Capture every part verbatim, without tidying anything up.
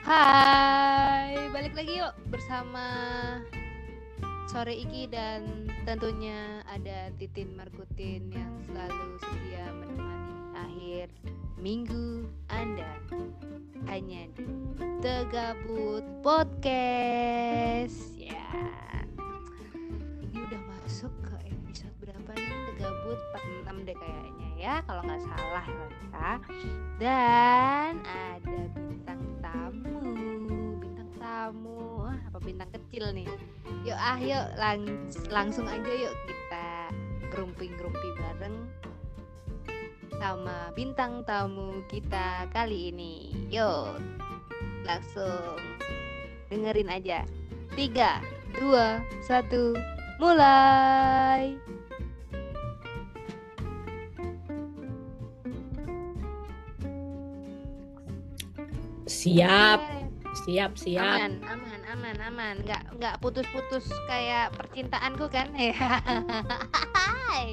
Hai, balik lagi yuk bersama Sore Iki dan tentunya ada Titin Markutin yang selalu setia menemani akhir minggu Anda hanya di The Gabut Podcast. Ya, ini udah masuk ke episode berapa nih? The Gabut empat puluh enam deh kayaknya ya, kalau nggak salah ya. Dan ada bintang tamu, bintang tamu, ah, apa bintang kecil nih? Yuk ah yuk lang- langsung aja yuk kita gerumpi-gerumpi bareng sama bintang tamu kita kali ini. Yuk langsung dengerin aja. Tiga, dua, satu, mulai. Siap, siap, siap. Aman, aman, aman, aman. Nggak, nggak putus-putus kayak percintaanku kan? Hai.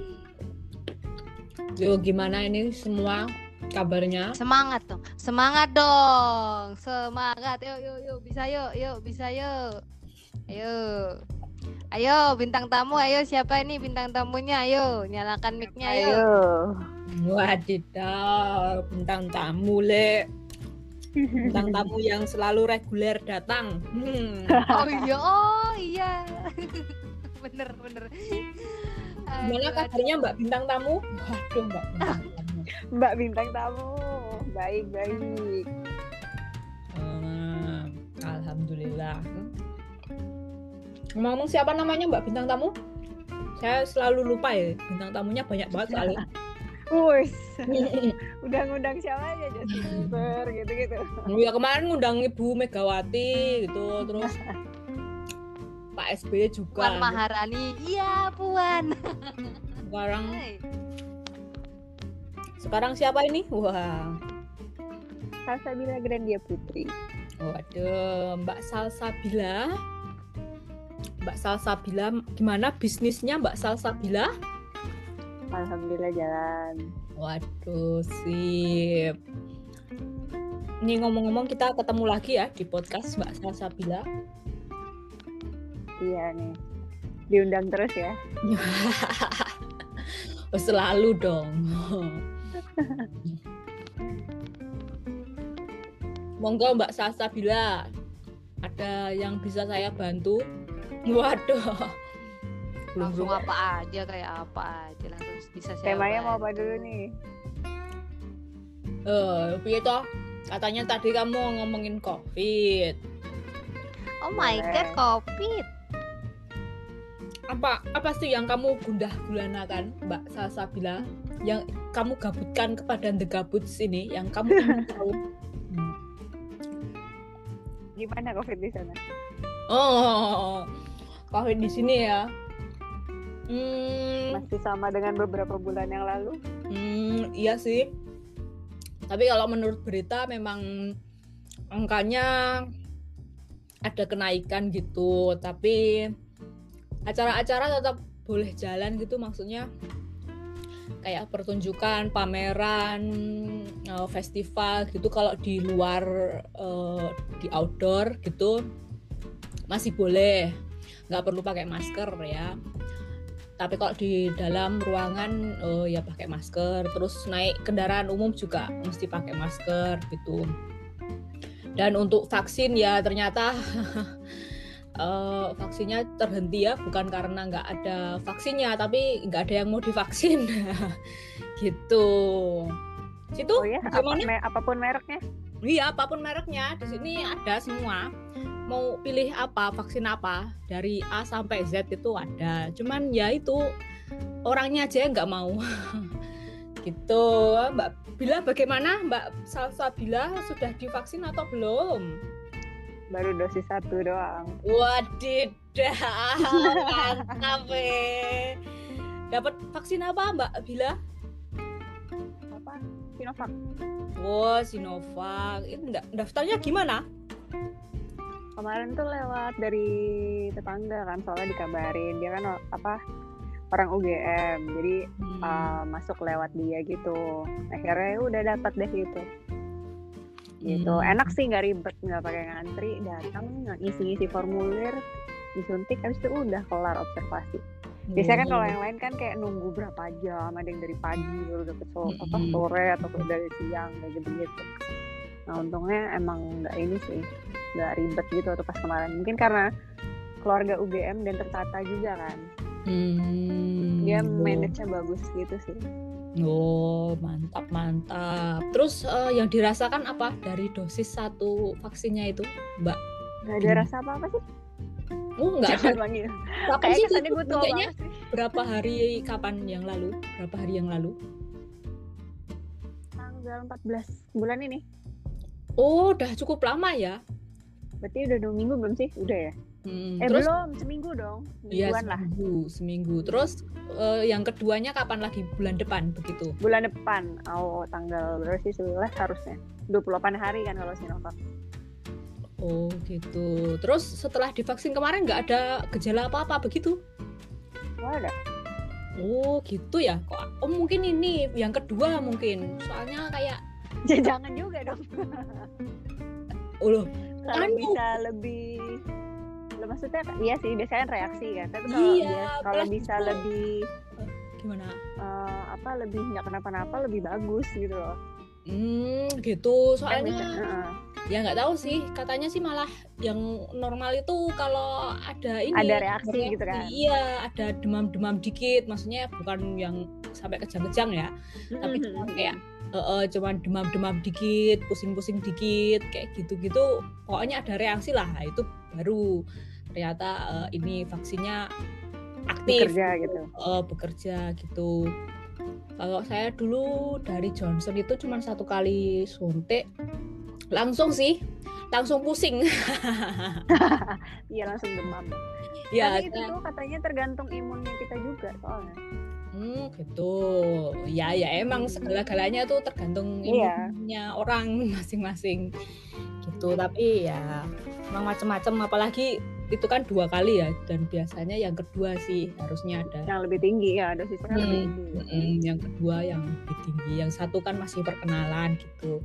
Yo, gimana ini semua kabarnya? Semangat dong, semangat dong, semangat. Yuk, yuk, yuk, bisa yuk, yuk, bisa yuk. Ayo, ayo bintang tamu, ayo siapa ini bintang tamunya? Ayo, nyalakan mic-nya yuk. Ayo. Wadidaw, bintang tamu le. Bintang tamu yang selalu reguler datang. Hmm. Oh iya, oh iya. Bener, bener. Gimana kabarnya Mbak bintang tamu? Waduh, Mbak bintang tamu. Mbak bintang tamu. Baik, baik. Hmm, Alhamdulillah. Ngomong siapa namanya Mbak bintang tamu? Saya selalu lupa ya, bintang tamunya banyak banget soalnya. Wus. Udah ngundang siapa aja, Justin Bieber gitu-gitu. Ya kemarin ngundang Ibu Megawati gitu, terus Pak S B Y juga. Puan Maharani, iya Puan. Sekarang Hai. sekarang siapa ini? Wah, Salsabila Grandia Putri. waduh, Mbak Salsabila. Mbak Salsabila, gimana bisnisnya Mbak Salsabila? Alhamdulillah jalan. Waduh, sip. Ini ngomong-ngomong kita ketemu lagi ya di podcast Mbak Salsabila. Iya nih. Diundang terus ya. Oh, selalu dong. Monggo Mbak Salsabila, ada yang bisa saya bantu? Waduh. Belum Langsung belum. apa aja kayak apa aja langsung bisa saya Temanya mau bantu. apa dulu nih? Eh, piye toh? Katanya tadi kamu ngomongin COVID. Oh my Boleh. god, COVID. Apa apa sih yang kamu gundah gulanakan, Mbak Salsabila? Yang kamu gabutkan kepada The Gabuts ini, yang kamu ingin tahu? Hmm. Gimana COVID di sana? Oh, COVID di sini ya. Hmm, Masih sama dengan beberapa bulan yang lalu? hmm, iya sih. Tapi kalau menurut berita memang angkanya ada kenaikan gitu. Tapi acara-acara tetap boleh jalan gitu, maksudnya kayak pertunjukan, pameran, uh, festival gitu. Kalau di luar, uh, di outdoor gitu masih boleh, nggak perlu pakai masker ya. Tapi kalau di dalam ruangan uh, ya pakai masker. Terus naik kendaraan umum juga mesti pakai masker gitu. Dan untuk vaksin ya ternyata uh, vaksinnya terhenti ya, bukan karena nggak ada vaksinnya, tapi nggak ada yang mau divaksin. Gitu. Situ Oh ya, apa, gimana? me- apapun mereknya? Iya, apapun mereknya di sini ada semua. Mau pilih apa, vaksin apa, dari A sampai Z itu ada. Cuman ya itu orangnya aja yang nggak mau. Gitu. Mbak Bila bagaimana? Mbak Salsabila sudah divaksin atau belum? Baru dosis satu doang. Wadidaw, mantap eh. Dapat vaksin apa Mbak Bila? Apa? Sinovac. Oh, Sinovac. Itu daftarnya gimana? Kemarin tuh lewat dari tetangga kan, soalnya dikabarin dia kan apa orang U G M, jadi Hmm. uh, masuk lewat dia gitu. Akhirnya udah dapat deh gitu. gitu. Hmm. Enak sih, nggak ribet, nggak pakai ngantri, datang ngisi-ngisi formulir, disuntik, habis itu udah kelar observasi. Biasanya kan kalau yang lain kan kayak nunggu berapa jam, ada yang dari pagi baru dapet so- apa, Mm-mm. sore atau dari siang kayak gitu-gitu. Nah untungnya emang nggak ini sih, nggak ribet gitu waktu pas kemarin. Mungkin karena keluarga U G M dan tertata juga kan, Hmm, dia oh. manage-nya bagus gitu sih. Oh, mantap mantap. Terus eh, yang dirasakan apa dari dosis satu vaksinnya itu, Mbak? Nggak ada Gimana? rasa apa-apa sih. Oh, nggak ada. Jangan panggil. Kapan Kayak sih kesannya itu gue tua puncaknya? banget sih. Berapa hari kapan yang lalu? Berapa hari yang lalu? Tanggal empat belas bulan ini. Oh, udah cukup lama ya. Berarti udah dua minggu belum sih? Udah ya? Hmm, Eh terus belum, seminggu dong. iya Mingguan lah. seminggu, seminggu. Terus eh, yang keduanya kapan lagi? Bulan depan begitu. Bulan depan. Oh, tanggal berapa sih? sebelas harusnya. dua puluh delapan hari kan kalau Sinovac. Oh, gitu. Terus setelah divaksin kemarin nggak ada gejala apa-apa begitu? Wah, ada. Oh, gitu ya. Kok oh, mungkin ini yang kedua mungkin. Soalnya kayak Jangan juga dong. oh loh, Kalau Anu. bisa lebih Loh, maksudnya iya sih biasanya kan reaksi kan. Tapi kalau Iya, dia- kalau plus bisa itu- lebih gimana? eh, apa lebih nggak kenapa-napa lebih bagus gitu loh. Hmm, gitu. Kan bisa. Soalnya heeh. ya nggak tahu sih. Katanya sih malah yang normal itu kalau ada ini Ada reaksi gitu kan. Iya, ada demam-demam dikit. Maksudnya bukan yang sampai kejang-kejang ya. Tapi cuma kayak eh, eh, cuman demam-demam dikit, pusing-pusing dikit, kayak gitu-gitu. Pokoknya ada reaksi lah. Itu baru ternyata eh, ini vaksinnya aktif Bekerja gitu. eh, bekerja gitu. Kalau saya dulu dari Johnson itu cuma satu kali suntik, langsung sih, langsung pusing. Iya langsung demam. Ya, Tapi itu tuh katanya tergantung imunnya kita juga soalnya. hmm, gitu. Ya, ya emang segala-galanya tuh tergantung Iya. imunnya orang masing-masing. Gitu. Tapi ya emang macam-macam. Apalagi itu kan dua kali ya, dan biasanya yang kedua sih harusnya ada. Yang lebih tinggi ya dosisnya Hmm, lebih tinggi. mm, yang kedua yang lebih tinggi, yang satu kan masih perkenalan gitu.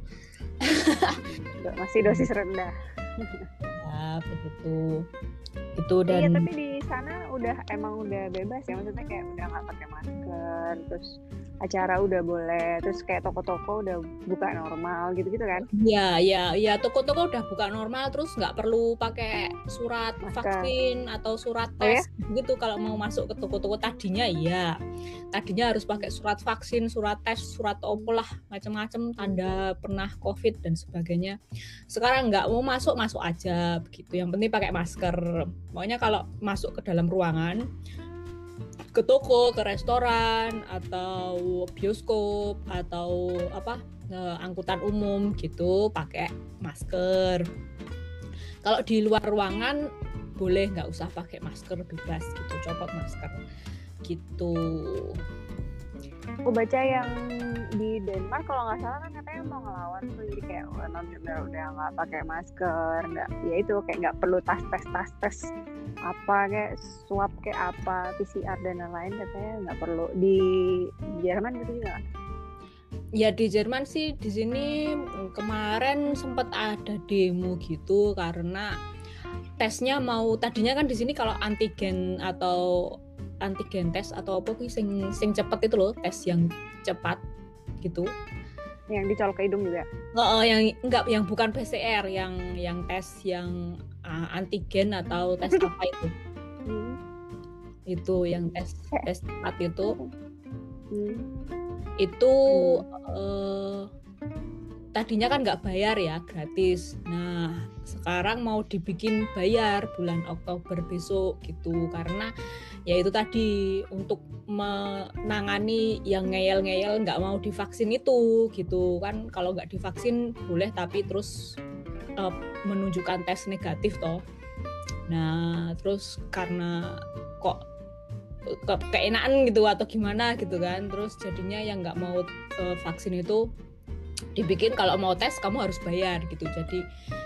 Masih dosis rendah. Ya begitu. Itu Iya, dan tapi di sana udah emang udah bebas ya, maksudnya kayak udah nggak pakai masker, terus acara udah boleh, terus kayak toko-toko udah buka normal gitu-gitu kan. ya ya ya toko-toko udah buka normal, terus nggak perlu pakai surat Masker. vaksin atau surat Oh ya? tes gitu kalau mau masuk ke toko-toko. Tadinya iya, tadinya harus pakai surat vaksin, surat tes, surat opo lah, macam-macam, tanda pernah COVID dan sebagainya. Sekarang nggak mau masuk masuk aja begitu, yang penting pakai masker. Pokoknya kalau masuk ke dalam ruangan, ke toko, ke restoran, atau bioskop, atau apa eh, angkutan umum gitu, pakai masker. Kalau di luar ruangan boleh nggak usah pakai masker, bebas gitu, copot masker gitu. Aku baca yang di Denmark kalau nggak salah kan katanya mau ngelawan tuh, jadi kayak oh, bener-bener udah nggak pakai masker, nggak, ya itu kayak nggak perlu tas tes tas tes apa kayak swab kayak apa P C R dan lain-lain, katanya nggak perlu. Di Jerman gitu juga nggak? Ya di Jerman sih, di sini kemarin sempat ada demo gitu karena tesnya mau, tadinya kan di sini kalau antigen atau antigen tes atau apa sing sing cepet itu loh, tes yang cepat gitu. Yang dicolok ke hidung juga? Oh, yang enggak, yang bukan P C R, yang yang tes yang uh, antigen atau tes apa itu? Hmm. Itu yang tes tes cepat itu. Hmm. Itu uh, tadinya kan nggak bayar ya, gratis. Nah sekarang mau dibikin bayar bulan Oktober besok gitu, karena ya itu tadi untuk menangani yang ngeyel-ngeyel nggak mau divaksin itu gitu kan. Kalau nggak divaksin boleh tapi terus uh, menunjukkan tes negatif toh. Nah terus karena kok ke- keenaan gitu atau gimana gitu kan, terus jadinya yang nggak mau uh, vaksin itu dibikin kalau mau tes kamu harus bayar gitu. Jadi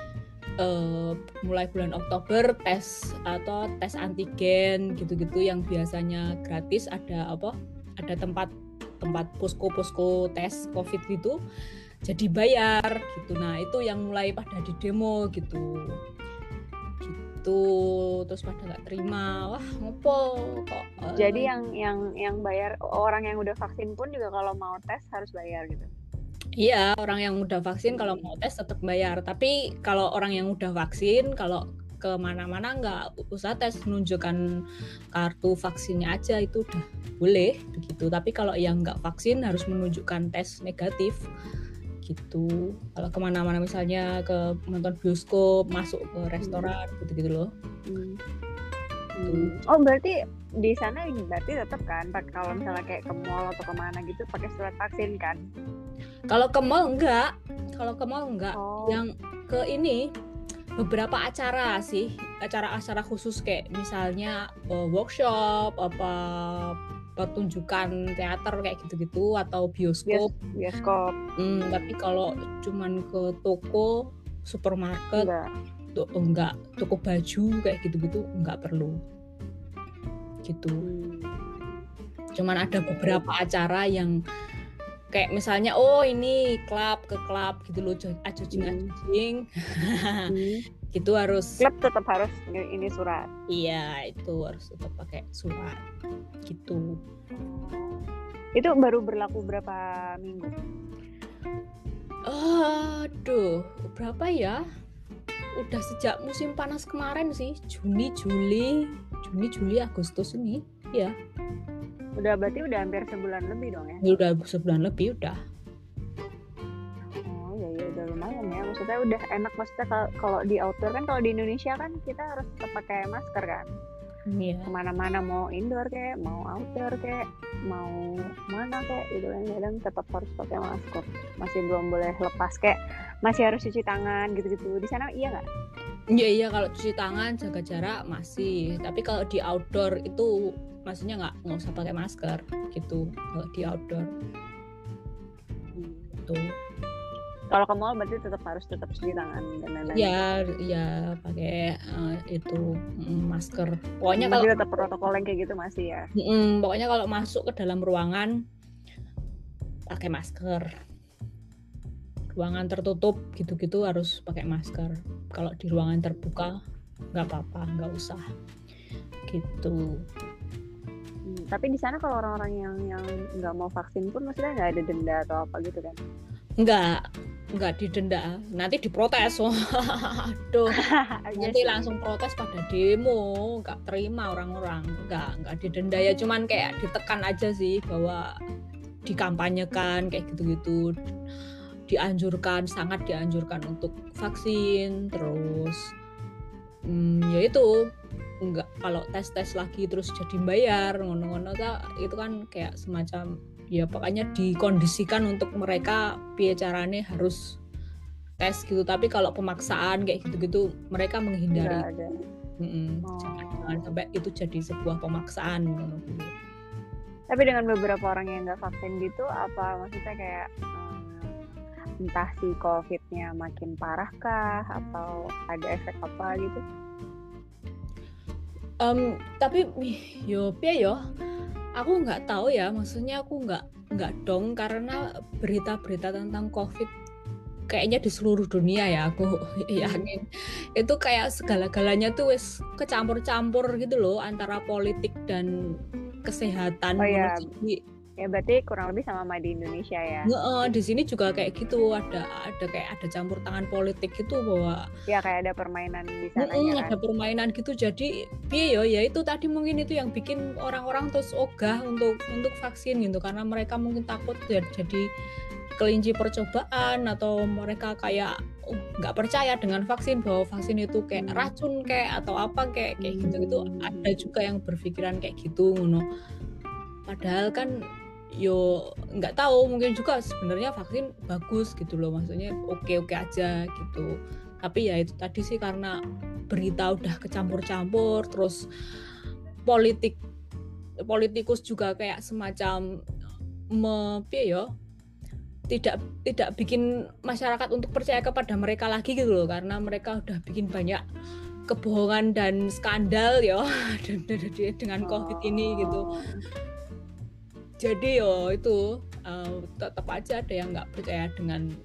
Uh, mulai bulan Oktober tes atau tes antigen gitu-gitu yang biasanya gratis, ada apa ada tempat tempat posko-posko tes COVID gitu. jadi bayar gitu. Nah itu yang mulai pada di demo gitu gitu terus pada nggak terima, wah ngopo kok. Jadi uh, yang yang yang bayar orang yang udah vaksin pun juga kalau mau tes harus bayar gitu. Iya, orang yang udah vaksin kalau mau tes tetap bayar. Tapi kalau orang yang udah vaksin, kalau kemana-mana nggak usah tes, menunjukkan kartu vaksinnya aja itu udah boleh begitu. Tapi kalau yang nggak vaksin harus menunjukkan tes negatif gitu. Kalau kemana-mana misalnya ke nonton bioskop, masuk ke restoran hmm. gitu-gitu loh. Hmm. Hmm. Oh berarti di sana berarti tetap kan kalau misalnya kayak ke mall atau kemana gitu pakai surat vaksin kan? Kalau ke mall enggak, kalau ke mall enggak. Oh. Yang ke ini beberapa acara sih, acara-acara khusus kayak misalnya uh, workshop, apa pertunjukan teater kayak gitu-gitu atau bioskop. Bios- bioskop. Hmm, tapi kalau cuman ke toko, supermarket, enggak. Tuh, enggak, toko baju kayak gitu-gitu enggak perlu. Gitu. Hmm. Cuman ada beberapa acara yang kayak misalnya oh ini klub ke klub gitu loh, ajojing-ajojing hmm. gitu harus klub tetap harus ini surat. Iya itu harus tetap pakai surat gitu. Itu baru berlaku berapa minggu? Aduh berapa ya? Udah sejak musim panas kemarin sih, Juni Juli Juni Juli Agustus ini ya. Udah berarti udah hampir sebulan lebih dong ya? Udah sebulan lebih udah. Oh ya ya udah lumayan ya. Maksudnya udah enak, maksudnya kalau di outdoor kan, kalau di Indonesia kan kita harus tetap pakai masker kan. Iya. Kemana-mana mau indoor kayak, mau outdoor kayak, mau mana kayak gitu kan, kadang tetap harus pakai masker. Masih belum boleh lepas kayak, masih harus cuci tangan gitu-gitu. Di sana iya nggak? Iya iya kalau cuci tangan jaga jarak masih. Tapi kalau di outdoor itu maksudnya nggak nggak usah pakai masker gitu kalau di outdoor. Gitu. Kalau ke mall berarti tetap harus tetap cuci tangan dan lain-lain. Ya ya pakai uh, itu mm, masker. Pokoknya masih kalau tetap protokol yang kayak gitu masih ya. Mm, pokoknya kalau masuk ke dalam ruangan pakai masker. Ruangan tertutup gitu-gitu harus pakai masker. Kalau di ruangan terbuka nggak apa-apa, nggak usah gitu. Hmm, tapi di sana kalau orang-orang yang yang nggak mau vaksin pun maksudnya nggak ada denda atau apa gitu kan? Nggak, nggak didenda. Nanti diprotes. Aduh, nanti langsung protes pada demo, nggak terima orang-orang. Nggak, nggak didenda ya. Cuman kayak ditekan aja sih bahwa dikampanyekan kayak gitu-gitu. Dianjurkan, sangat dianjurkan untuk vaksin. Terus, hmm, ya itu. Enggak, kalau tes-tes lagi terus jadi bayar ngono-ngono itu kan kayak semacam ya pokoknya dikondisikan untuk mereka piye carane harus tes gitu. Tapi kalau pemaksaan kayak gitu-gitu mereka menghindari. Ada. Oh. Jangan sampai itu jadi sebuah pemaksaan ngono. Tapi dengan beberapa orang yang nggak vaksin gitu, apa maksudnya kayak hmm, entah si COVID-nya makin parah kah atau ada efek apa gitu? Um, tapi yo piye yo aku nggak tahu ya, maksudnya aku nggak nggak dong karena berita-berita tentang COVID kayaknya di seluruh dunia ya aku yakin itu kayak segala-galanya tuh wis kecampur-campur gitu loh antara politik dan kesehatan. Oh ya, jadi, ya berarti kurang lebih sama di Indonesia ya. Nge, di sini juga kayak gitu, ada ada kayak ada campur tangan politik gitu bahwa ya kayak ada permainan di sana mm, kan. Ada permainan gitu, jadi piye yo ya itu tadi mungkin itu yang bikin orang-orang terus ogah untuk untuk vaksin gitu karena mereka mungkin takut ya, jadi kelinci percobaan atau mereka kayak nggak uh, percaya dengan vaksin bahwa vaksin itu kayak racun kayak atau apa kayak kayak gitu gitu ada juga yang berpikiran kayak gitu ngono. Padahal kan yo nggak tahu, mungkin juga sebenarnya vaksin bagus gitu loh, maksudnya oke-oke aja gitu. Tapi ya itu tadi sih karena berita udah kecampur-campur, terus politik politikus juga kayak semacam me yo tidak tidak bikin masyarakat untuk percaya kepada mereka lagi gitu loh, karena mereka udah bikin banyak kebohongan dan skandal yo dengan COVID ini gitu. Jadi yo itu uh, tetap aja ada yang nggak percaya dengan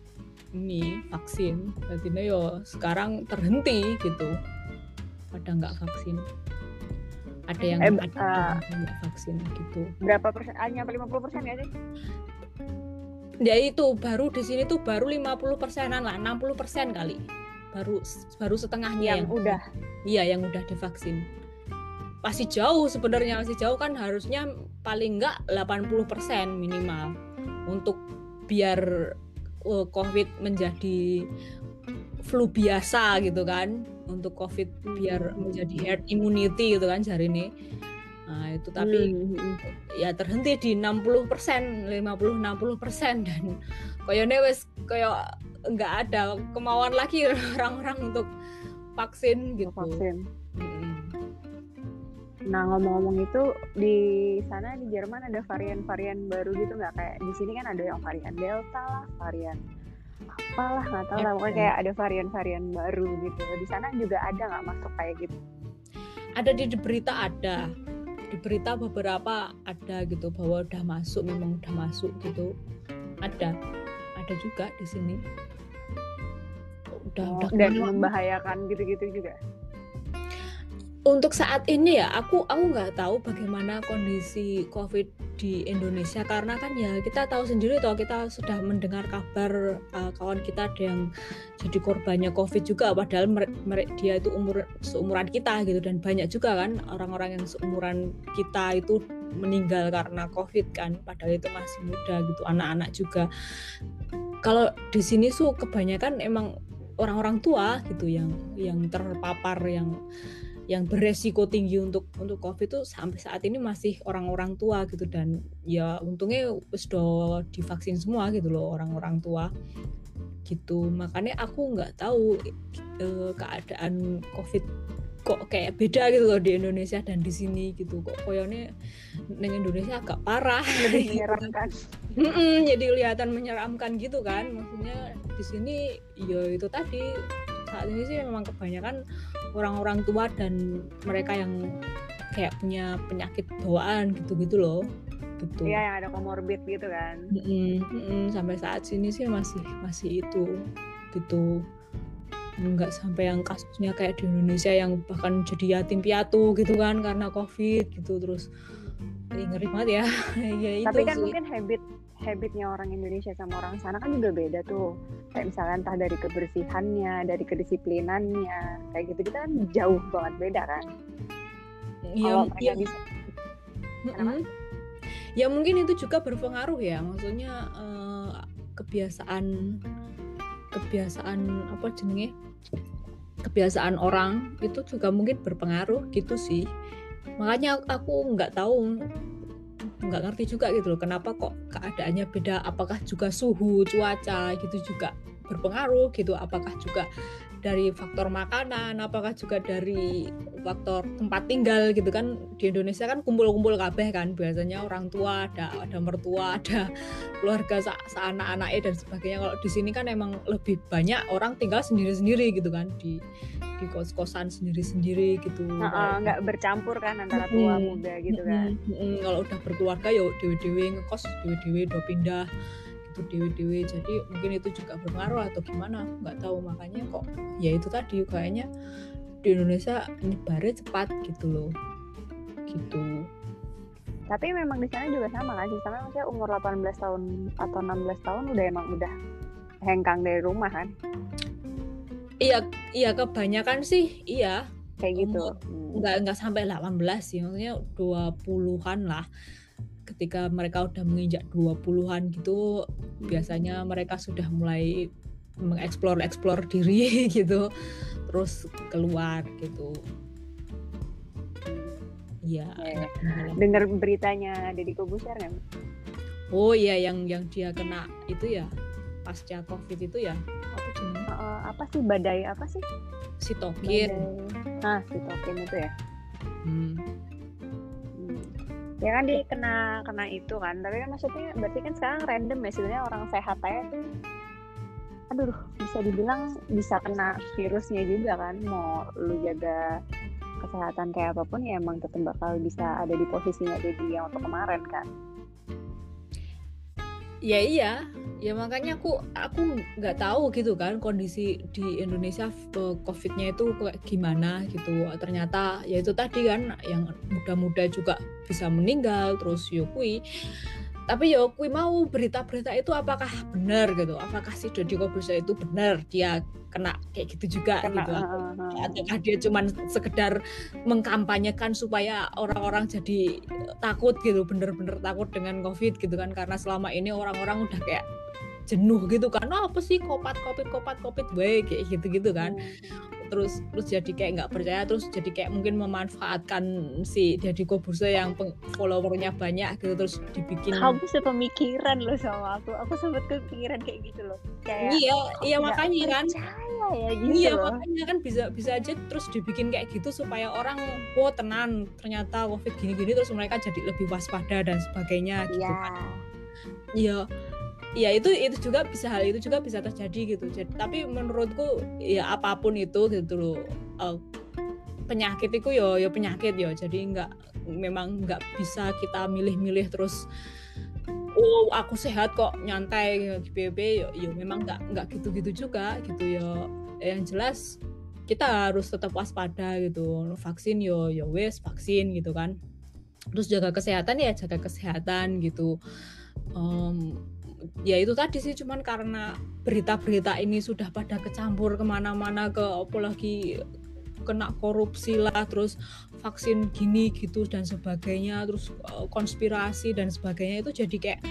ini vaksin. Artinya yo sekarang terhenti gitu. Pada nggak vaksin. Ada yang Eh, ada uh, yang nggak vaksin gitu. Berapa persen? Ah, nyampe lima puluh persen ya sih? Ya itu baru di sini tuh baru lima puluh persenan lah, enam puluh persen kali. Baru baru setengahnya Yang yang udah. Iya, yang udah divaksin. Masih jauh sebenarnya, masih jauh kan, harusnya paling enggak delapan puluh persen minimal untuk biar uh, COVID menjadi flu biasa gitu kan. Untuk COVID biar menjadi herd immunity gitu kan jari ini. Nah, itu tapi Hmm. ya terhenti di enam puluh persen, lima puluh enam puluh persen dan koyone wes koyo enggak ada kemauan lagi orang-orang untuk vaksin gitu. Vaksin. Mm-mm. Nah, ngomong-ngomong itu di sana di Jerman ada varian-varian baru gitu nggak? Kayak di sini kan ada yang varian Delta lah, varian apalah nggak tahu lah, pokoknya kayak ada varian-varian baru gitu. Di sana juga ada nggak masuk kayak gitu? Ada di, di berita ada, di berita beberapa ada gitu bahwa udah masuk, memang udah masuk gitu. Ada, ada juga di sini. Udah, Oh, udah dan kemana? membahayakan gitu-gitu juga. Untuk saat ini ya aku aku nggak tahu bagaimana kondisi COVID di Indonesia, karena kan ya kita tahu sendiri toh, kita sudah mendengar kabar uh, kawan kita ada yang jadi korbannya COVID juga, padahal mere- mere- dia itu umur seumuran kita gitu, dan banyak juga kan orang-orang yang seumuran kita itu meninggal karena COVID kan, padahal itu masih muda gitu, anak-anak juga. Kalau di sini tuh kebanyakan emang orang-orang tua gitu yang yang terpapar, yang yang beresiko tinggi untuk untuk COVID itu sampai saat ini masih orang-orang tua gitu, dan ya untungnya sudah divaksin semua gitu loh orang-orang tua gitu. Makanya aku nggak tahu eh, keadaan COVID kok kayak beda gitu loh di Indonesia dan di sini gitu, kok koyone di Indonesia agak parah, Lebih menyeramkan. Mm-mm, jadi kelihatan menyeramkan gitu kan. Maksudnya di sini ya itu tadi, saat ini sih memang kebanyakan orang-orang tua dan mereka yang kayak punya penyakit bawaan gitu-gitu loh gitu. Iya, yang ada komorbid gitu kan. Mm-mm, mm-mm, sampai saat sini sih masih masih itu gitu, nggak sampai yang kasusnya kayak di Indonesia yang bahkan jadi yatim piatu gitu kan karena COVID gitu. Terus eh, ngeri banget ya. Ya itu Tapi kan sih. mungkin habit habitnya orang Indonesia sama orang sana kan juga beda tuh. Kayak misalnya entah dari kebersihannya, dari kedisiplinannya, kayak gitu kita kan jauh banget beda kan. Ya, Kalau mereka ya, bisa. mm-mm. Ya mungkin itu juga berpengaruh ya, maksudnya eh, kebiasaan kebiasaan apa jenenge kebiasaan orang itu juga mungkin berpengaruh gitu sih. Makanya aku nggak tahu, nggak ngerti juga gitu loh kenapa kok keadaannya beda, apakah juga suhu, cuaca gitu juga berpengaruh gitu, apakah juga dari faktor makanan, apakah juga dari faktor tempat tinggal gitu kan. Di Indonesia kan kumpul-kumpul kabeh kan, biasanya orang tua ada ada mertua, ada keluarga se- seanak-anaknya dan sebagainya. Kalau di sini kan emang lebih banyak orang tinggal sendiri-sendiri gitu kan, di di kos-kosan sendiri-sendiri gitu. Nah, nggak bercampur kan antara tua Mm-mm. muda gitu kan. Mm-mm. Kalau udah berkeluarga ya dewe-dewe ngekos, dewe-dewe udah pindah gitu, dewe-dewe. Jadi mungkin itu juga berpengaruh atau gimana, aku nggak tahu. Makanya kok ya itu tadi kayaknya di Indonesia nyebarnya cepat gitu loh gitu. Tapi memang di sana juga sama kan, sistemnya maksudnya umur delapan belas tahun atau enam belas tahun udah emang udah hengkang dari rumah kan, Iya, iya kebanyakan sih iya. kayak gitu. Umur Hmm. nggak nggak sampai delapan belas sih, maksudnya dua puluhan lah. Ketika mereka udah menginjak dua puluhan gitu, biasanya mereka sudah mulai mengeksplor-eksplor diri gitu, terus keluar gitu. Iya. Ya, ya. anak-anak. Dengar beritanya Deddy Corbuzier kan? Oh iya, yang yang dia kena itu ya pasca COVID itu ya, apa jenisnya? Uh, apa sih badai apa sih? Sitokin. Badai. Nah, sitokin itu ya. Hmm. Hmm. Ya kan dia kena kena itu kan, tapi kan maksudnya berarti kan sekarang random ya sebenarnya, orang sehat aja tuh, aduh bisa dibilang bisa kena virusnya juga kan. Mau lu jaga kesehatan kayak apapun ya emang tetap bakal bisa ada di posisinya jadi yang waktu kemarin kan. Ya iya, ya makanya aku aku nggak tahu gitu kan kondisi di Indonesia eh, COVID-nya itu kayak gimana gitu. Ternyata ya itu tadi kan yang muda-muda juga bisa meninggal terus yo kui. Tapi yo kui mau berita-berita itu apakah benar gitu? Apakah si Deddy Corbuzier itu benar dia kena kayak gitu juga Kena, gitu? uh, uh, uh. Ataukah dia cuman sekedar mengkampanyekan supaya orang-orang jadi takut gitu, bener-bener takut dengan COVID gitu kan, karena selama ini orang-orang udah kayak jenuh gitu kan, oh, apa sih kopat covid kopat covid baik kayak gitu-gitu kan. Hmm. terus terus jadi kayak nggak percaya, terus jadi kayak mungkin memanfaatkan si Deddy Corbuzier yang peng- followernya banyak gitu, terus dibikin Kamu sepemikiran loh sama aku. Aku sempat kepikiran kayak gitu loh. Kayak iya kok iya nggak makanya kan percaya ya gitu iya loh. makanya kan bisa bisa aja terus dibikin kayak gitu supaya orang oh tenan ternyata COVID gini-gini, terus mereka jadi lebih waspada dan sebagainya gitu Iya. kan. Iya, ya itu itu juga bisa hal itu juga bisa terjadi gitu. Jadi, tapi menurutku ya apapun itu gitu loh, uh, penyakit itu yo yo penyakit yo. Jadi nggak memang nggak bisa kita milih-milih terus. Oh aku sehat kok nyantai di B B yo, yo memang nggak nggak gitu-gitu juga gitu yo. Yang jelas kita harus tetap waspada gitu. Vaksin yo yo wes vaksin gitu kan. Terus jaga kesehatan ya jaga kesehatan gitu. Um, ya itu tadi sih, cuman karena berita-berita ini sudah pada kecampur kemana-mana, ke apalagi kena korupsi lah, terus vaksin gini gitu dan sebagainya, terus uh, konspirasi dan sebagainya, itu jadi kayak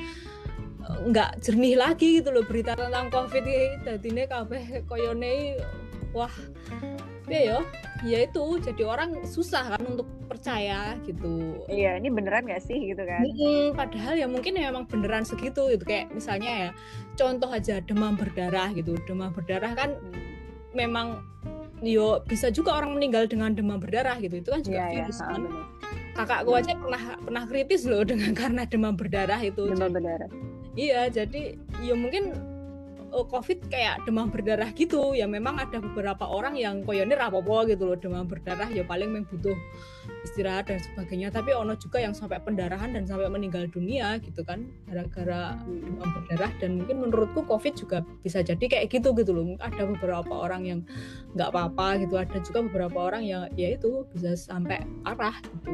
nggak uh, jernih lagi gitu loh berita tentang COVID ini. Dadine kabeh koyone wah ya yo ya itu jadi orang susah kan untuk percaya gitu. Iya, ini beneran nggak sih gitu kan? Hmm, padahal ya mungkin ya memang beneran segitu gitu, kayak misalnya ya contoh aja demam berdarah gitu. Demam berdarah kan Hmm. memang yo bisa juga orang meninggal dengan demam berdarah gitu, itu kan juga Iya, virus ya, kan. bener. Kakakku aja pernah pernah kritis loh dengan karena demam berdarah itu. Demam Jadi, berdarah. iya jadi ya mungkin oh, COVID kayak demam berdarah gitu ya, memang ada beberapa orang yang koyone rapopo gitu loh demam berdarah, ya paling memang butuh istirahat dan sebagainya, tapi ono juga yang sampai pendarahan dan sampai meninggal dunia gitu kan gara-gara demam berdarah. Dan mungkin menurutku COVID juga bisa jadi kayak gitu gitu loh, ada beberapa orang yang nggak apa-apa gitu, ada juga beberapa orang yang ya itu bisa sampai parah gitu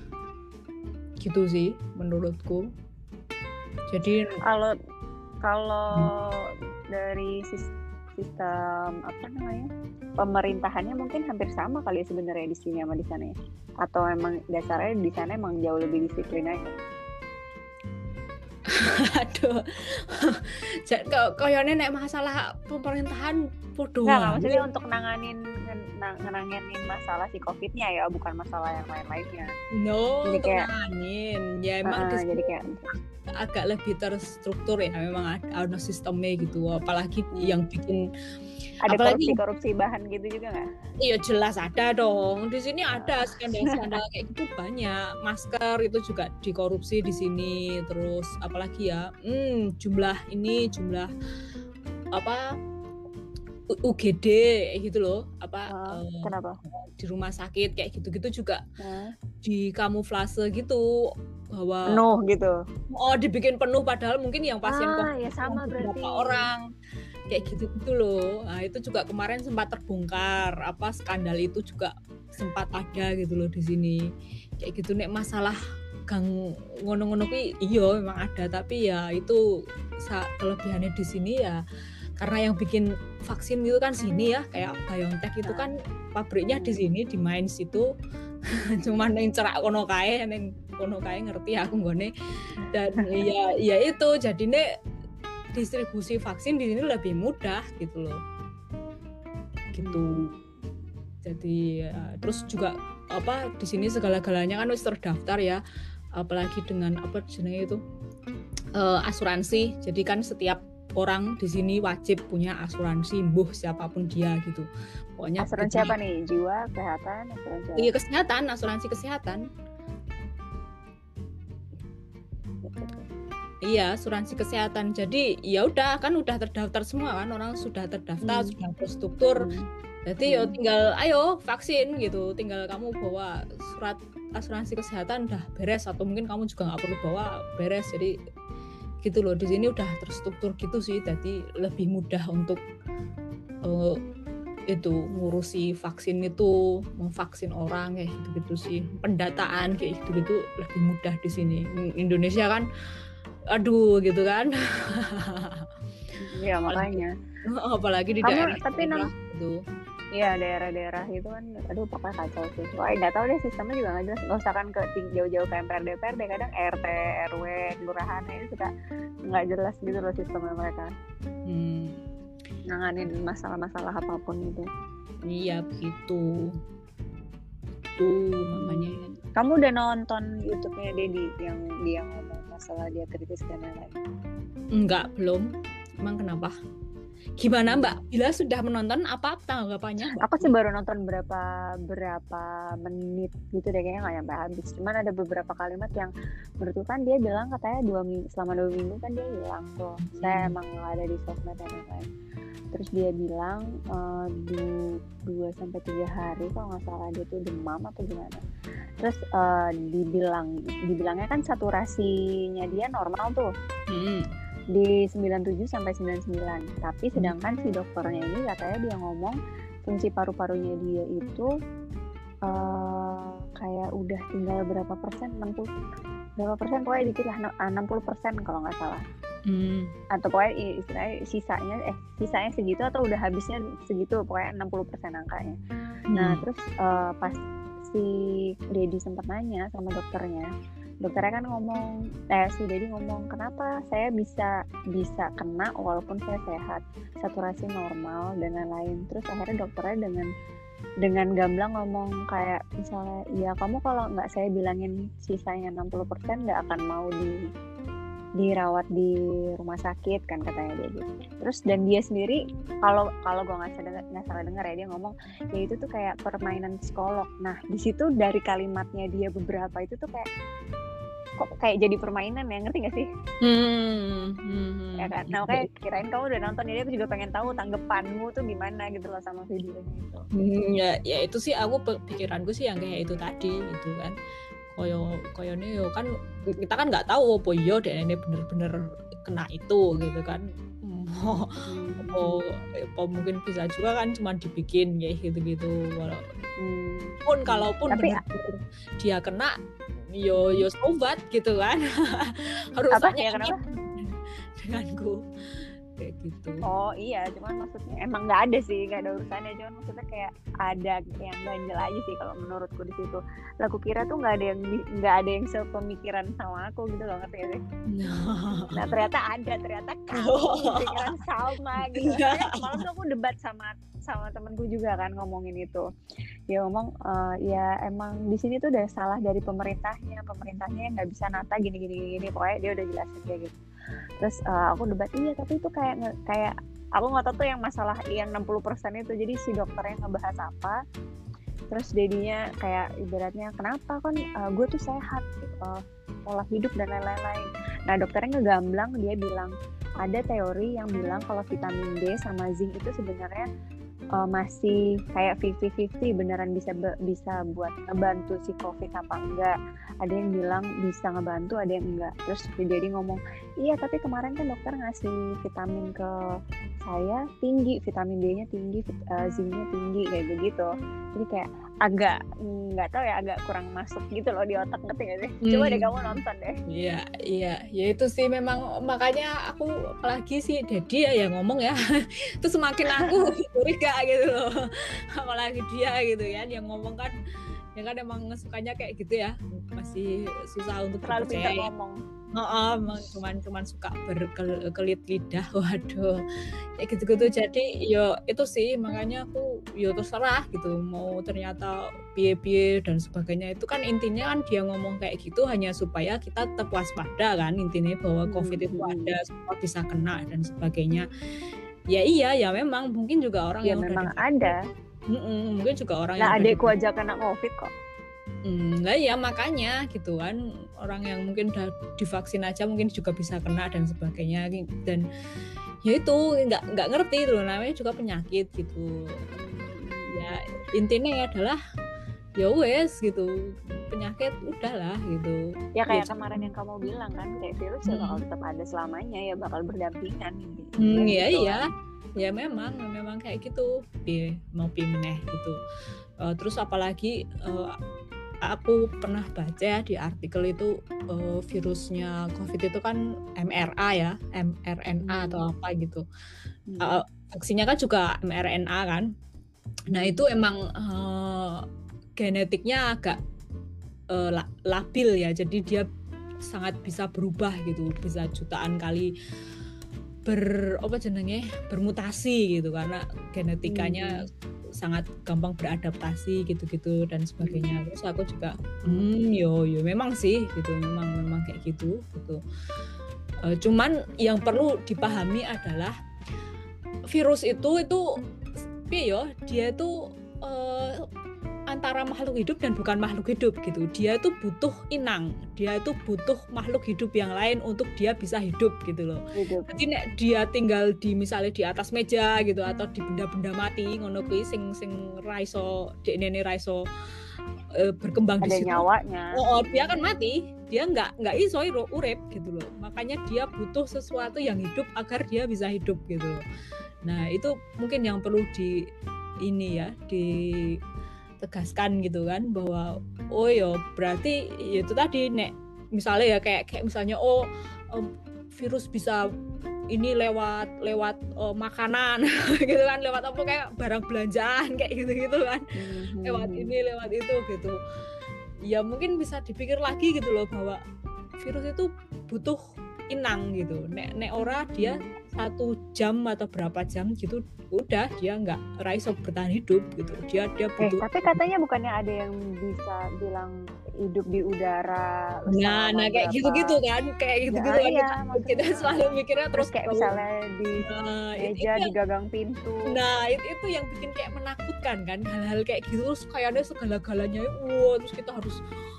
gitu sih menurutku. Jadi Kalau kalau dari sis- sistem apa namanya pemerintahannya mungkin hampir sama kali ya sebenarnya di sini sama di sana ya, atau emang dasarnya di sana emang jauh lebih disiplin aja. aduh koyone nek masalah pemerintahan podo Nggak, nggak, maksudnya untuk nanganin nang- nanganin masalah si COVID-nya ya, bukan masalah yang lain-lainnya. no Jadi untuk kayak- nanganin ya emang Uh, di sini jadi kayak agak lebih terstruktur ya, memang ada, ada sistemnya gitu, apalagi Hmm. yang bikin ada apalagi korupsi-korupsi bahan gitu juga nggak? iya jelas ada dong di sini, ada skandal-skandal kayak gitu banyak. Masker itu juga dikorupsi di sini, terus apalagi ya hmm, jumlah ini jumlah apa U- UGD gitu loh, apa Uh, eh, kenapa? di rumah sakit kayak gitu-gitu juga Uh, dikamuflase gitu bahwa penuh gitu. oh dibikin penuh padahal mungkin yang pasien Ah, COVID ya sama beberapa berarti. orang kayak gitu-gitu loh. Nah itu juga kemarin sempat terbongkar, apa skandal itu juga sempat ada gitu loh di sini kayak gitu. Nek masalah gang ngono-ngono ki iya memang ada, tapi ya itu sa- kelebihannya di sini ya karena yang bikin vaksin itu kan sini ya, kayak BioNTech itu kan pabriknya di sini di Mainz itu. Cuman yang cerak kono kae, yang kono kae ngerti aku nggone. Dan ya ya itu jadinya distribusi vaksin di sini lebih mudah gitu loh. Gitu. Jadi ya, terus juga apa di sini segala-galanya kan wis terdaftar ya. Apalagi dengan apa jenenge itu uh, asuransi. Jadi kan setiap orang di sini wajib punya asuransi, mbuh siapapun dia gitu. Pokoknya Asuransi begini. apa nih? Jiwa, kesehatan, asuransi apa? Iya kesehatan, asuransi kesehatan. Iya, asuransi kesehatan. Jadi ya udah kan udah terdaftar semua kan, orang sudah terdaftar, Hmm. sudah terstruktur. Hmm. Jadi ya Hmm. tinggal ayo vaksin gitu. Tinggal kamu bawa surat asuransi kesehatan udah beres, atau mungkin kamu juga nggak perlu bawa, beres. Jadi gitu loh. Di sini udah terstruktur gitu sih, jadi lebih mudah untuk uh, itu ngurusi vaksin itu, memvaksin orang kayak gitu-gitu sih, pendataan kayak gitu-gitu lebih mudah di sini. Indonesia kan aduh gitu kan. Iya makanya apalagi di kamu daerah tapi nang gitu. Iya daerah-daerah itu kan, aduh pokoknya kacau sih. Wah nggak tahu deh, sistemnya juga nggak jelas. Nggak usah kan ke jauh-jauh ke M P R D P R D, kadang R T R W kelurahannya itu suka nggak jelas gitu loh sistemnya mereka. Hmm. Nanganin masalah-masalah apapun itu. Iya begitu. Tuh makanya. Kamu udah nonton YouTube-nya Dedi yang dia ngomong masalah dia kritis dan lain-lain? Enggak, belum. Emang kenapa? Gimana Mbak? Bila sudah menonton, apa tanggapannya? Aku sih baru nonton berapa berapa menit gitu deh, kayaknya nggak nyampe habis. Cuman ada beberapa kalimat yang menurutku kan dia bilang katanya dua minggu selama dua minggu kan dia hilang tuh. Saya emang nggak ada di sosmed dan lain-lain. Terus dia bilang uh, dua sampai tiga hari kalau nggak salah dia tuh demam atau gimana. Terus uh, dibilang dibilangnya kan saturasinya dia normal tuh. Hmm. Di sembilan puluh tujuh sampai sembilan puluh sembilan. Tapi sedangkan si dokternya ini katanya dia ngomong fungsi paru-parunya dia itu uh, kayak udah tinggal berapa persen, enam puluh berapa persen, pokoknya dikit lah, enam puluh persen kalau nggak salah. Hmm. Atau pokoknya istilahnya sisanya eh sisanya segitu atau udah habisnya segitu, pokoknya enam puluh persen angkanya. Hmm. Nah terus uh, pas si Dedi sempat nanya sama dokternya, dokternya kan ngomong, eh si Dedi ngomong kenapa saya bisa bisa kena walaupun saya sehat, saturasi normal dan lain-lain. Terus akhirnya dokternya dengan dengan gamblang ngomong kayak misalnya, ya kamu kalau nggak saya bilangin sisanya enam puluh persen nggak akan mau di dirawat di rumah sakit kan katanya dia gitu. Terus dan dia sendiri kalau kalau gue nggak salah nggak salah dengar ya, dia ngomong ya itu tuh kayak permainan psikolog. Nah di situ dari kalimatnya dia beberapa itu tuh kayak kok kayak jadi permainan ya, ngerti gak sih? Hmm, hmm, ya kan. Nah kayak kirain kamu udah nonton, jadi aku juga pengen tahu tanggapanmu tuh gimana gitu loh sama videonya itu. Hmm, ya ya itu sih aku pikiranku sih yang kayak itu tadi gitu kan. Koyo koyo nih kan kita kan nggak tahu apa yo deh ini bener-bener kena itu gitu kan. Oh, hmm. oh, oh, mungkin bisa juga kan cuma dibikin kayak gitu-gitu. Walaupun hmm. kalaupun tapi dia kena yo yo sobat gitu kan. Harus apa ya kenapa denganku kayak gitu. Oh iya, cuman maksudnya emang nggak ada sih, nggak ada urusannya, cuman maksudnya kayak ada yang ganjel aja sih kalau menurutku di situ. Lah aku kira tuh nggak ada yang nggak ada yang sepemikiran sama aku gitu loh, ngerti gak sih? Nah ternyata ada, ternyata kamu pikiran sama gitu. Malam tuh aku debat sama sama temenku juga kan ngomongin itu. Dia ngomong uh, ya emang di sini tuh udah salah dari pemerintahnya, pemerintahnya yang nggak bisa nata gini gini gini, pokoknya dia udah jelasin kayak gitu. Terus uh, aku debat, iya tapi itu kayak kayak aku nggak tahu tuh yang masalah yang enam puluh persen itu. Jadi si dokternya ngebahas apa, terus Dedinya kayak ibaratnya kenapa kan uh, gue tuh sehat, uh, pola hidup dan lain-lain. Nah dokternya ngegamblang, dia bilang ada teori yang bilang kalau vitamin D sama zinc itu sebenarnya uh, masih kayak fifty fifty beneran bisa bisa buat ngebantu si COVID apa enggak. Ada yang bilang bisa ngebantu, ada yang enggak. Terus jadi ngomong, iya tapi kemarin kan dokter ngasih vitamin ke saya tinggi, vitamin D-nya tinggi, uh, zinc-nya tinggi kayak begitu. Jadi kayak agak nggak tahu ya, agak kurang masuk gitu loh di otak, ngerti nggak sih? Coba hmm. deh kamu nonton deh. Iya iya, ya itu sih memang makanya aku apalagi sih Dedi ya yang ngomong ya, itu semakin aku curiga gitu loh. Apalagi dia gitu ya yang ngomong kan. Ya kan emang sukanya kayak gitu ya, masih susah untuk terlalu percaya. Terlalu ngomong. Oh, oh, cuman cuman suka berkelit lidah, waduh, kayak gitu-gitu. Jadi yo itu sih makanya aku yo terserah gitu, mau ternyata piye-piye dan sebagainya. Itu kan intinya kan dia ngomong kayak gitu hanya supaya kita tetap waspada kan, intinya bahwa COVID itu hmm. ada, semua bisa kena dan sebagainya. Ya iya ya memang mungkin juga orang ya, yang memang udah ada. Mm-mm, mungkin juga orang nah, yang adekku aja kena COVID kok. Hmm, nah ya makanya gitu kan, orang yang mungkin udah divaksin aja mungkin juga bisa kena dan sebagainya. Dan ya itu nggak nggak ngerti loh, namanya juga penyakit gitu ya. Intinya adalah ya wes gitu, penyakit udahlah gitu. Ya kayak Ya, kemarin yang kamu bilang kan, kayak virus ya bakal hmm, tetap ada selamanya, ya bakal berdampingan hmm, ya ya gitu iya, kan. ya memang memang kayak gitu, piye mau piye meneh gitu. Uh, terus apalagi uh, aku pernah baca di artikel itu uh, virusnya COVID itu kan M R A ya, mRNA atau apa gitu. Uh, vaksinnya kan juga mRNA kan. Nah itu emang uh, genetiknya agak uh, labil ya, jadi dia sangat bisa berubah gitu, bisa jutaan kali ber apa jenenge bermutasi gitu karena genetikanya hmm. sangat gampang beradaptasi gitu-gitu dan sebagainya. Terus aku juga hmm yo yo memang sih gitu, memang memang kayak gitu gitu. Uh, cuman yang perlu dipahami adalah virus itu itu piye yo, dia itu uh, antara makhluk hidup dan bukan makhluk hidup gitu. Dia itu butuh inang, dia itu butuh makhluk hidup yang lain untuk dia bisa hidup gitu loh. Hidup. Jadi nek dia tinggal di misalnya di atas meja gitu atau di benda-benda mati ngono kuwi sing sing raiso dekne raiso e, berkembang ada di situ. Nyawanya. Oh, dia akan mati. Dia nggak nggak iso urip gitu loh. Makanya dia butuh sesuatu yang hidup agar dia bisa hidup gitu loh. Nah, itu mungkin yang perlu di ini ya, di tegaskan gitu kan bahwa oh yo berarti itu tadi nek misalnya ya kayak kayak misalnya oh um, virus bisa ini lewat lewat uh, makanan gitu kan, lewat apa kayak barang belanjaan kayak gitu-gitu kan, mm-hmm. lewat ini lewat itu gitu. Ya mungkin bisa dipikir lagi gitu loh bahwa virus itu butuh inang gitu. Nek nek ora dia satu jam atau berapa jam gitu udah dia nggak raiso bertahan hidup gitu. Dia dia butuh. Eh, tapi katanya bukannya ada yang bisa bilang hidup di udara. Nah, nah kayak gitu-gitu kan, kayak gitu-gitu ya, kan. Iya, kita selalu mikirnya terus, terus kayak misalnya di nah, meja di gagang pintu. Nah, itu, itu yang bikin kayak menakutkan kan, hal-hal kayak gitu terus kayaknya segala-galanya wah terus kita harus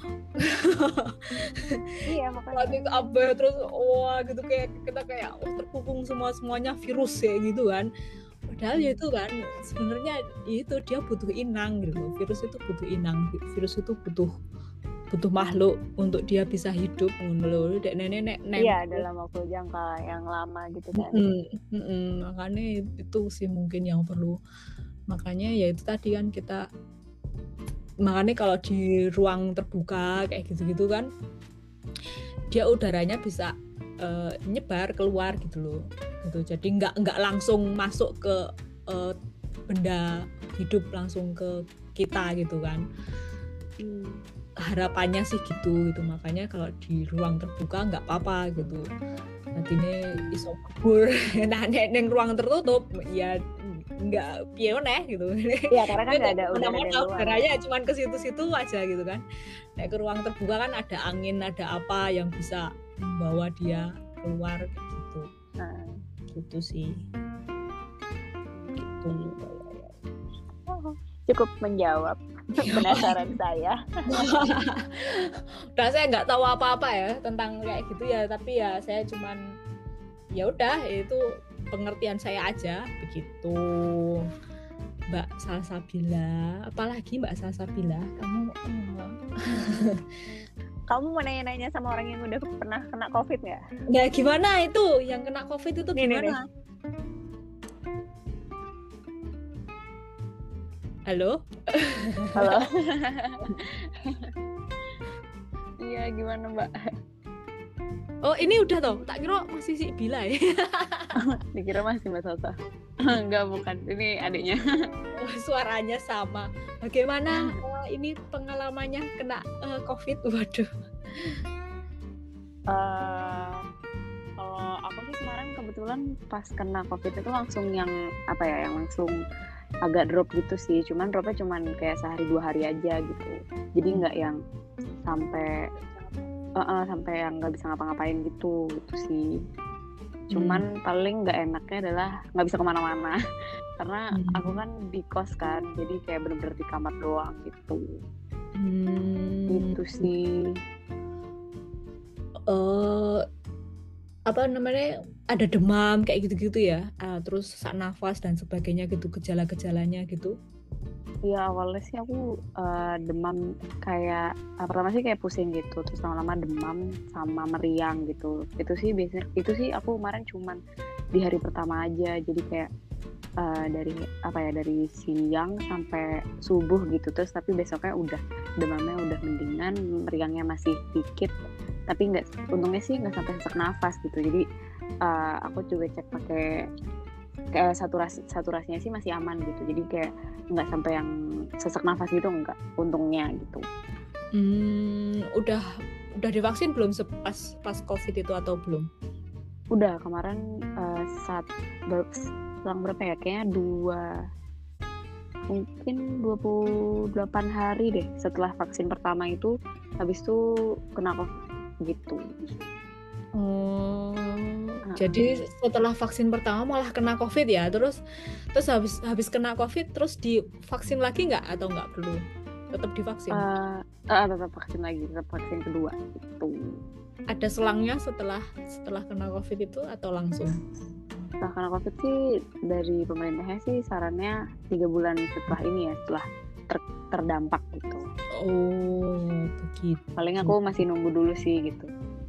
iya makanya itu apa terus wah gitu kayak kita kayak oh, terkungkung semua semuanya virus ya gitu kan. Padahal ya itu kan sebenarnya itu dia butuh inang gitu. Virus itu butuh inang, virus itu butuh butuh makhluk untuk dia bisa hidup ngono dek nenek nenek. Iya, dalam waktu jangka yang lama gitu kan. Mm-mm, mm-mm. Makanya itu sih mungkin yang perlu. Makanya ya itu tadi kan kita makanya kalau di ruang terbuka kayak gitu-gitu kan dia udaranya bisa uh, nyebar keluar gitu loh gitu. Jadi nggak nggak langsung masuk ke uh, benda hidup langsung ke kita gitu kan. Hmm. Harapannya sih gitu gitu. Makanya kalau di ruang terbuka nggak apa-apa gitu. Nanti ini iso kubur. Nah neng ruang tertutup ya nggak pioneh gitu. Ya karena kan nggak ada udara dari luar. Udaranya cuma ke situ-situ aja gitu kan. Nah ke ruang terbuka kan ada angin, ada apa yang bisa membawa dia keluar gitu. Nah, gitu sih. Gitu. Oh, cukup menjawab penasaran saya. Udah saya nggak tahu apa-apa ya tentang kayak gitu ya, tapi ya saya cuman ya udah itu pengertian saya aja begitu. Mbak Salsabila, apalagi Mbak Salsabila, kamu oh. Kamu mau nanya-nanya sama orang yang udah pernah kena COVID nggak? Nggak gimana itu, yang kena COVID itu nih, gimana? Nih, nih. Halo? Halo. Iya, gimana Mbak? Oh ini udah tau, tak kira masih si Bila ya. Dikira masih Mbak Salsa. Enggak, bukan, ini adiknya. Oh, suaranya sama. Bagaimana uh, ini pengalamannya kena uh, COVID? Waduh. Uh, kalau aku sih kemarin kebetulan pas kena COVID itu langsung yang apa ya, yang langsung agak drop gitu sih. Cuman dropnya cuman kayak sehari dua hari aja gitu. Jadi nggak yang sampai uh, uh, sampai yang nggak bisa ngapa-ngapain gitu gitu sih. Cuman hmm. paling nggak enaknya adalah nggak bisa kemana-mana karena hmm. aku kan di kos kan, jadi kayak bener-bener di kamar doang gitu. Hmm. Itu sih. Uh, apa namanya ada demam kayak gitu-gitu ya, uh, terus sesak nafas dan sebagainya gitu, gejala-gejalanya gitu. Iya awalnya sih aku uh, demam kayak uh, pertama sih kayak pusing gitu, terus lama-lama demam sama meriang gitu. Itu sih biasanya itu sih aku kemarin cuman di hari pertama aja, jadi kayak uh, dari apa ya dari siang sampai subuh gitu, terus tapi besoknya udah demamnya udah mendingan, meriangnya masih dikit, tapi nggak untungnya sih nggak sampai sesak nafas gitu. Jadi uh, aku juga cek pakai kayak saturasi saturasinya sih masih aman gitu, jadi kayak nggak sampai yang sesak nafas gitu, enggak untungnya gitu. Hmm, udah udah divaksin belum pas pas COVID itu atau belum? Udah kemarin uh, saat ber, selang berapa ya kayaknya dua mungkin dua puluh delapan hari deh setelah vaksin pertama itu, habis itu kena COVID gitu. Oh, uh-uh. Jadi setelah vaksin pertama malah kena COVID ya, terus terus habis habis kena COVID terus divaksin lagi nggak atau nggak perlu? Tetap divaksin? Uh, uh, tetap vaksin lagi, tetap vaksin kedua gitu. Ada selangnya setelah setelah kena COVID itu atau langsung? Setelah kena COVID sih dari pemerintahnya sih sarannya tiga bulan setelah ini ya, setelah ter, terdampak gitu. Oh, begitu. Paling aku masih nunggu dulu sih gitu.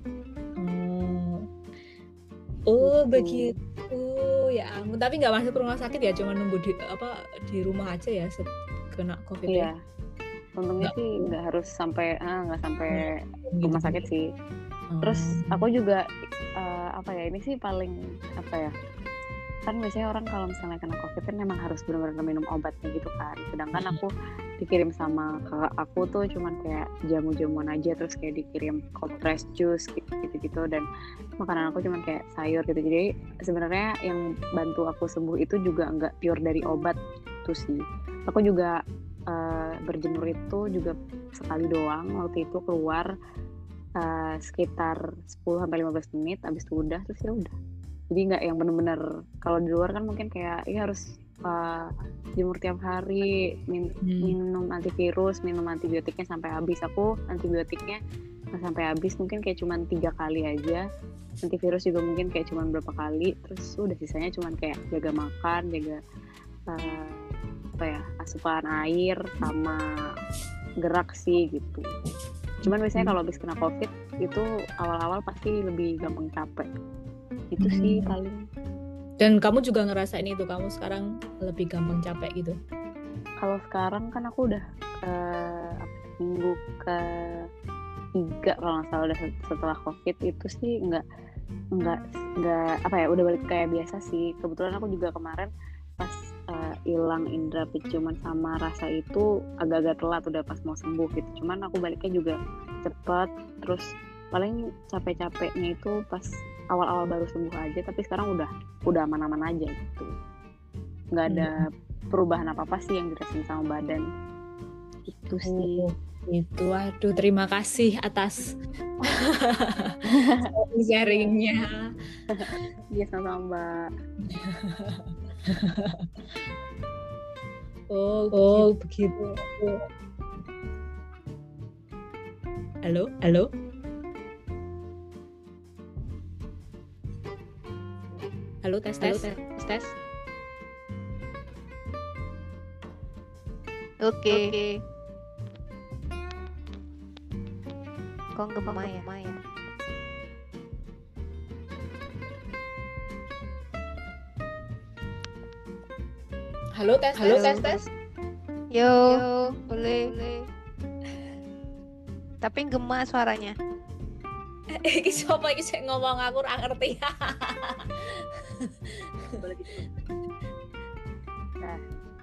Oh begitu ya ampun, tapi nggak masuk rumah sakit ya, cuma nunggu di apa di rumah aja ya kena COVID. Iya, untungnya nggak. Sih nggak harus sampai ah nggak sampai hmm. rumah sakit sih. Hmm. Terus aku juga uh, apa ya ini sih paling apa ya, kan biasanya orang kalau misalnya kena COVID kan memang harus benar-benar minum obatnya gitu kan, sedangkan aku dikirim sama kakak aku tuh cuman kayak jamu-jamuan aja, terus kayak dikirim cold press juice gitu-gitu, dan makanan aku cuman kayak sayur gitu. Jadi sebenarnya yang bantu aku sembuh itu juga nggak pure dari obat tuh sih. Aku juga uh, berjemur itu juga sekali doang waktu itu, keluar uh, sekitar sepuluh sampai lima belas menit, habis itu udah, terus ya udah. Jadi nggak yang bener-bener kalau di luar kan mungkin kayak ya harus uh, jemur tiap hari, min- hmm. minum antivirus, minum antibiotiknya sampai habis. Aku antibiotiknya nggak sampai habis, mungkin kayak cuma tiga kali aja. Antivirus juga mungkin kayak cuma berapa kali, terus udah sisanya cuma kayak jaga makan, jaga uh, apa ya asupan air sama gerak sih gitu. Cuman biasanya kalau habis kena COVID itu awal-awal pasti lebih gampang capek. Itu hmm. sih paling. Dan kamu juga ngerasain itu, kamu sekarang lebih gampang capek gitu? Kalau sekarang kan aku udah uh, minggu ke tiga kalau nggak salah udah setelah COVID itu sih nggak nggak nggak apa ya udah balik kayak biasa sih. Kebetulan aku juga kemarin pas hilang uh, indera penciuman sama rasa itu agak-agak telat, udah pas mau sembuh gitu. Cuman aku baliknya juga cepet, terus paling capek-capeknya itu pas awal-awal baru sembuh aja, tapi sekarang udah udah aman-aman aja gitu, nggak ada hmm. perubahan apa-apa sih yang dirasain sama badan itu sih. Oh, itu aduh terima kasih atas sharingnya. Iya sama Mbak. oh oh begitu. Halo halo. Halo tes tes tes tes. Oke. Okay. Kok gemma ya? ya? Halo tes halo tes tes. Yo, Yo boleh. boleh. Tapi gemma suaranya. Iki sapa iki sik ngomong aku ora ngerti. Boleh gitu. Nah.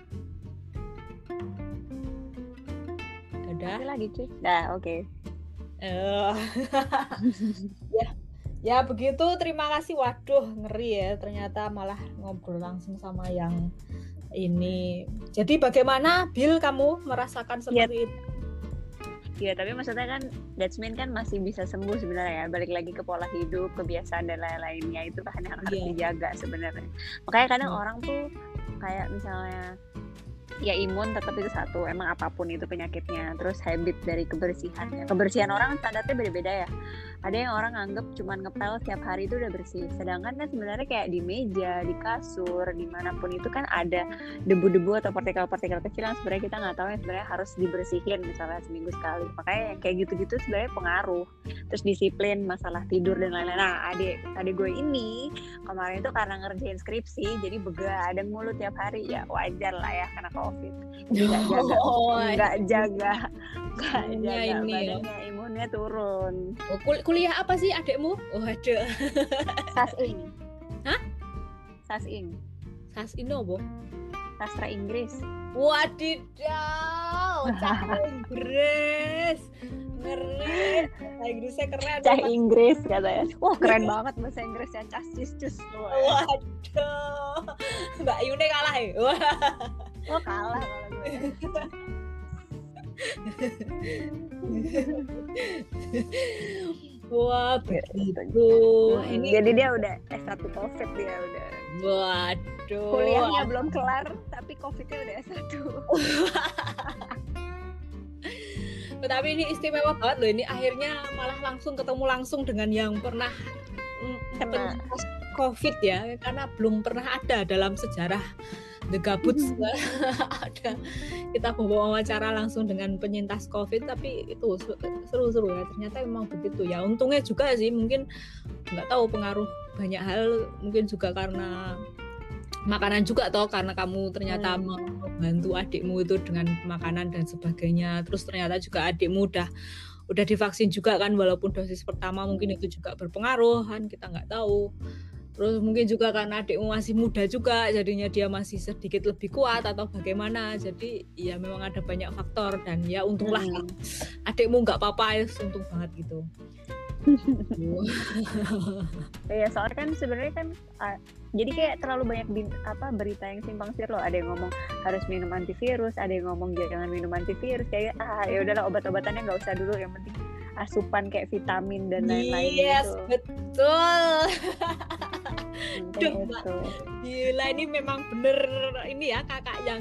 Udah lagi cuy. Nah, oke. Okay. Uh. ya. Ya begitu, terima kasih. Waduh, ngeri ya. Ternyata malah ngobrol langsung sama yang ini. Jadi bagaimana Bill, kamu merasakan seperti yep. itu? Iya, tapi maksudnya kan that's mean kan masih bisa sembuh sebenarnya ya. Balik lagi ke pola hidup, kebiasaan dan lain-lainnya, itu kan yang harus yeah. dijaga sebenarnya. Makanya kadang hmm. orang tuh kayak misalnya ya imun tetap itu satu, emang apapun itu penyakitnya. Terus habit dari kebersihannya, kebersihan orang standarnya beda-beda ya. Ada yang orang anggap cuman ngepel setiap hari itu udah bersih, sedangkan kan sebenarnya kayak di meja, di kasur, dimanapun itu kan ada debu-debu atau partikel-partikel kecil yang sebenarnya kita nggak tahu yang sebenarnya harus dibersihin misalnya seminggu sekali. Makanya yang kayak gitu-gitu sebenarnya pengaruh. Terus disiplin, masalah tidur dan lain-lain. Nah adik adik gue ini kemarin itu karena ngerjain skripsi jadi begadang mulu tiap hari, ya wajar lah ya karena covid. Jadi nggak jaga Oh, nggak jaga nggak imunnya jaga ini ya. badannya, imunnya turun. Oh, kul- kuliah apa sih adekmu? Oh ada. Sasing. Hah? Sasing. Sas Indo boh. Sastra Inggris. Wadidaw, cah Inggris. Ngeri. Bahasa Inggrisnya keren. Cah Inggris katanya. Wah keren banget bahasa Inggrisnya, cas cus cus. Waduh. Mbak Yune kalah ya. Wah. Oh kalah kalau gue. Wah, begitu. Ini Jadi dia udah S satu COVID dia udah. waduh. Kuliahnya belum kelar tapi COVID-nya udah S satu. Tapi ini istimewa banget loh, ini akhirnya malah langsung ketemu langsung dengan yang pernah mm, Kena. penyintas COVID ya, karena belum pernah ada dalam sejarah The Gabuts ada kita bawa wawancara langsung dengan penyintas COVID, tapi itu seru-seru ya, ternyata memang begitu ya. Untungnya juga sih, mungkin nggak tahu pengaruh banyak hal, mungkin juga karena makanan juga toh, karena kamu ternyata Hmm. membantu adikmu itu dengan makanan dan sebagainya. Terus ternyata juga adikmu udah udah divaksin juga kan, walaupun dosis pertama mungkin itu juga berpengaruh kan, kita nggak tahu. Terus mungkin juga karena adikmu masih muda juga, jadinya dia masih sedikit lebih kuat atau bagaimana. Jadi ya memang ada banyak faktor, dan ya untunglah Hmm. adikmu nggak apa-apa, ya untung banget gitu. Iya soalnya kan sebenarnya kan uh, jadi kayak terlalu banyak bin, apa berita yang simpang siur loh. Ada yang ngomong harus minum antivirus, ada yang ngomong jangan minum antivirus. Kayak ah ya udahlah obat-obatannya nggak usah dulu, yang penting asupan kayak vitamin dan lain-lain Yes, gitu. betul. Hmm, Duh, kayak Mbak. itu. Gila, ini memang bener ini ya kakak yang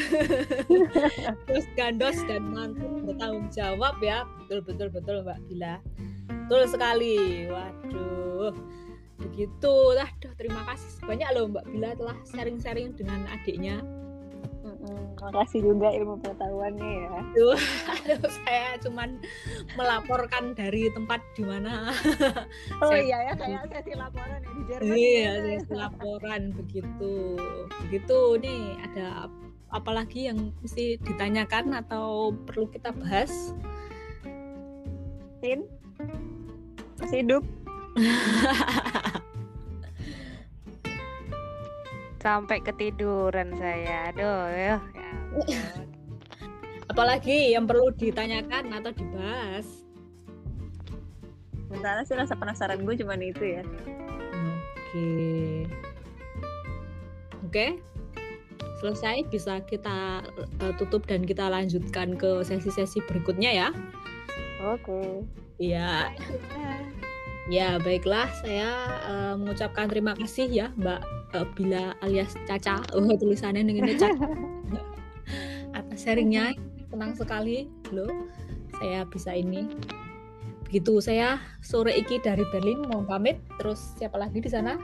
terus gandos dan mantap bertanggung jawab ya. Betul betul betul Mbak Bila. Betul sekali. Waduh. Begitu. Aduh, terima kasih banyak loh Mbak Bila telah sharing-sharing dengan adiknya. Mm-mm. Makasih juga ilmu pengetahuannya ya. Aduh, aduh, saya cuman melaporkan dari tempat di mana. Oh Saya- iya ya, kayak sesi laporan ya di Jerman. Iya, gimana ya? saya laporan begitu. Begitu nih, ada ap- apa lagi yang mesti ditanyakan atau perlu kita bahas? Sin? Masih hidup? Sampai ketiduran saya. Aduh, ya. ya ampun. Apalagi yang perlu ditanyakan atau dibahas? Sementara sih rasa penasaran gue cuman itu ya. Oke. Oke. Selesai, bisa kita uh, tutup dan kita lanjutkan ke sesi-sesi berikutnya ya. Oke. Iya. Ya, baiklah, saya uh, mengucapkan terima kasih ya Mbak uh, Bila alias Caca. Oh, tulisannya dengan Caca. Atas sharingnya, tenang sekali loh. Saya bisa ini. Begitu, saya sore iki dari Berlin mau pamit. Terus siapa lagi di sana?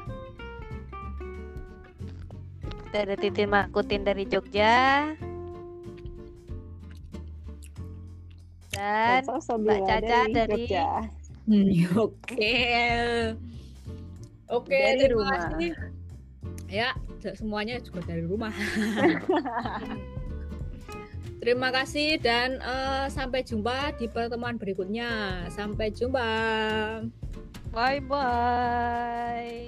Kita ada Titin Makutin dari Jogja. Dan Sosok Mbak Bila Caca dari- Jogja. Hmm, Oke. Oke, Dari terima rumah. kasih. Ya, semuanya juga dari rumah. Terima kasih dan eh, sampai jumpa di pertemuan berikutnya. Sampai jumpa. bye bye.